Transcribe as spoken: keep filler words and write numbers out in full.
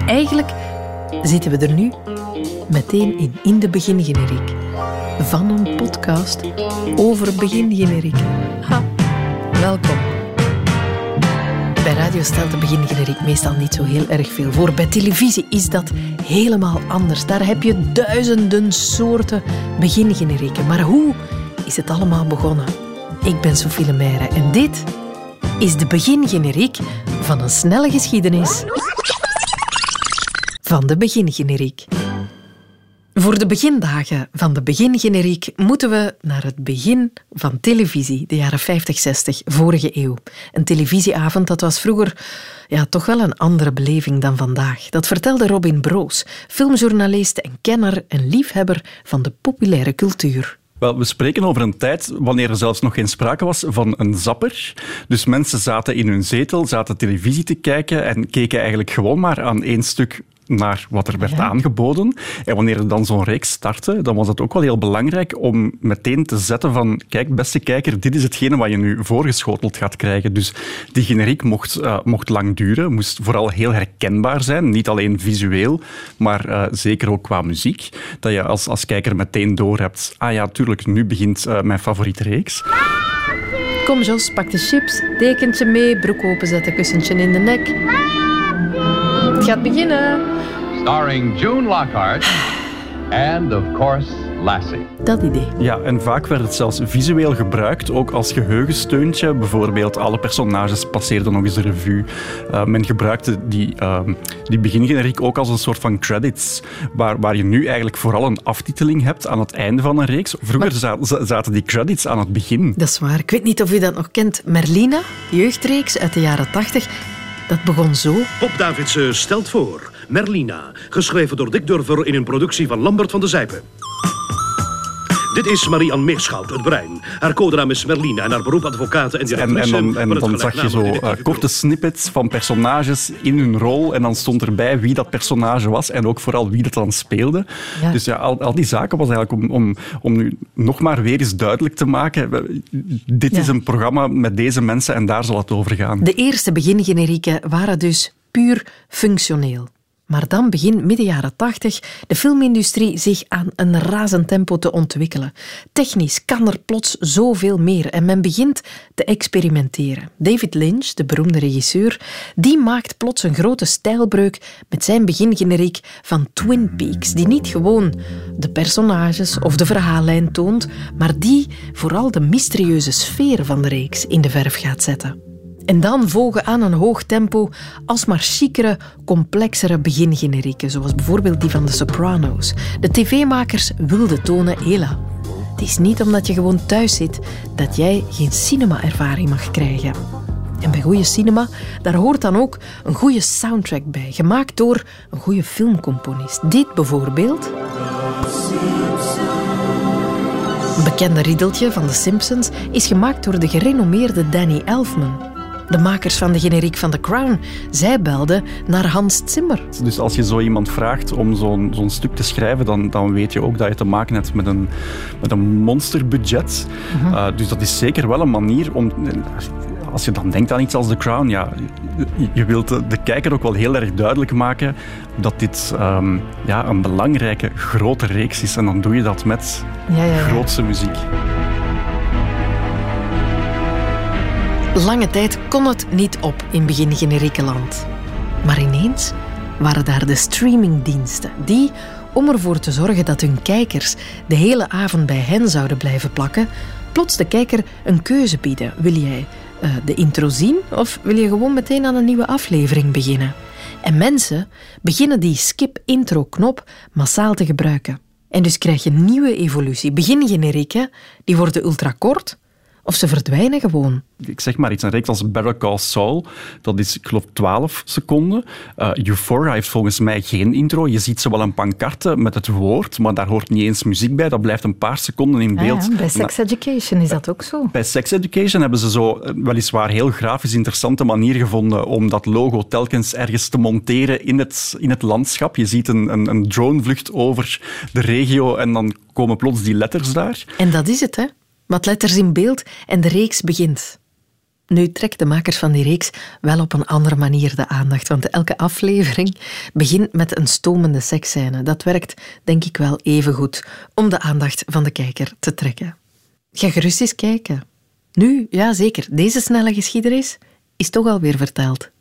eigenlijk zitten we er nu meteen in, in de begingeneriek. Van een podcast over begingeneriek. Ha, welkom. Bij radio stelt de begingeneriek meestal niet zo heel erg veel voor. Bij televisie is dat helemaal anders. Daar heb je duizenden soorten begingenerieken. Maar hoe is het allemaal begonnen? Ik ben Sophie Lemaire en dit is de begingeneriek van een snelle geschiedenis van de begingeneriek. Voor de begindagen van de begingeneriek moeten we naar het begin van televisie, de jaren vijftig, zestig, vorige eeuw. Een televisieavond, dat was vroeger ja, toch wel een andere beleving dan vandaag. Dat vertelde Robin Broos, filmjournalist en kenner en liefhebber van de populaire cultuur. Wel, we spreken over een tijd wanneer er zelfs nog geen sprake was van een zapper. Dus mensen zaten in hun zetel, zaten televisie te kijken en keken eigenlijk gewoon maar aan één stuk naar wat er werd ja. aangeboden. En wanneer er dan zo'n reeks startte, dan was het ook wel heel belangrijk om meteen te zetten van kijk, beste kijker, dit is hetgene wat je nu voorgeschoteld gaat krijgen. Dus die generiek mocht, uh, mocht lang duren, moest vooral heel herkenbaar zijn. Niet alleen visueel, maar uh, zeker ook qua muziek. Dat je als, als kijker meteen doorhebt, ah ja, tuurlijk, nu begint uh, mijn favoriete reeks. Kom Jos, pak de chips, dekentje mee, broek openzetten, kussentje in de nek. Het gaat beginnen. Starring June Lockhart and, of course, Lassie. Dat idee. Ja, en vaak werd het zelfs visueel gebruikt, ook als geheugensteuntje. Bijvoorbeeld, alle personages passeerden nog eens de revue. Uh, men gebruikte die, uh, die begingeneriek ook als een soort van credits, waar, waar je nu eigenlijk vooral een aftiteling hebt aan het einde van een reeks. Vroeger maar zaten die credits aan het begin. Dat is waar. Ik weet niet of u dat nog kent. Merlina, jeugdreeks uit de jaren tachtig. Dat begon zo. Pop Davidse stelt voor Merlina, geschreven door Dick Durver in een productie van Lambert van de Zijpe. Dit is Marie-Anne Meerschout, het brein. Haar codenaam is Merlina en haar beroep advocaat en directrice. En, en dan, en dan zag je zo uh, korte snippets van personages in hun rol en dan stond erbij wie dat personage was en ook vooral wie dat dan speelde. Ja. Dus ja, al, al die zaken was eigenlijk om, om, om nu nog maar weer eens duidelijk te maken. Dit ja. is een programma met deze mensen en daar zal het over gaan. De eerste begingenerieken waren dus puur functioneel. Maar dan begint midden jaren tachtig de filmindustrie zich aan een razend tempo te ontwikkelen. Technisch kan er plots zoveel meer en men begint te experimenteren. David Lynch, de beroemde regisseur, die maakt plots een grote stijlbreuk met zijn begingeneriek van Twin Peaks, die niet gewoon de personages of de verhaallijn toont, maar die vooral de mysterieuze sfeer van de reeks in de verf gaat zetten. En dan volgen aan een hoog tempo alsmaar chicere, complexere begingenerieken, zoals bijvoorbeeld die van The Sopranos. De tv-makers wilden tonen, hela. Het is niet omdat je gewoon thuis zit dat jij geen cinema-ervaring mag krijgen. En bij goede cinema, daar hoort dan ook een goede soundtrack bij, gemaakt door een goede filmcomponist. Dit bijvoorbeeld. Een bekende riddeltje van The Simpsons is gemaakt door de gerenommeerde Danny Elfman. De makers van de generiek van The Crown, zij belden naar Hans Zimmer. Dus als je zo iemand vraagt om zo'n, zo'n stuk te schrijven, dan, dan weet je ook dat je te maken hebt met een, met een monsterbudget. Mm-hmm. Uh, dus dat is zeker wel een manier om... Als je dan denkt aan iets als The Crown, ja, je wilt de, de kijker ook wel heel erg duidelijk maken dat dit um, ja, een belangrijke, grote reeks is. En dan doe je dat met ja, ja, ja. grootse muziek. Lange tijd kon het niet op in begingeneriekenland. Maar ineens waren daar de streamingdiensten die, om ervoor te zorgen dat hun kijkers de hele avond bij hen zouden blijven plakken, plots de kijker een keuze bieden. Wil jij uh, de intro zien of wil je gewoon meteen aan een nieuwe aflevering beginnen? En mensen beginnen die skip-intro-knop massaal te gebruiken. En dus krijg je een nieuwe evolutie. Begingenerieken, die worden ultrakort, of ze verdwijnen gewoon. Ik zeg maar iets, een reeks als Better Call Saul, dat is, ik geloof, twaalf seconden. Uh, Euphoria heeft volgens mij geen intro. Je ziet ze wel een pancarte met het woord, maar daar hoort niet eens muziek bij. Dat blijft een paar seconden in beeld. Ah ja, bij Sex Education is dat ook zo. Bij Sex Education hebben ze zo weliswaar heel grafisch interessante manier gevonden om dat logo telkens ergens te monteren in het, in het landschap. Je ziet een, een, een dronevlucht over de regio en dan komen plots die letters daar. En dat is het, hè? Wat letters in beeld en de reeks begint. Nu trekken de makers van die reeks wel op een andere manier de aandacht, want elke aflevering begint met een stomende seksscène. Dat werkt, denk ik, wel even goed om de aandacht van de kijker te trekken. Ga gerust eens kijken. Nu, ja zeker, deze snelle geschiedenis is toch alweer verteld.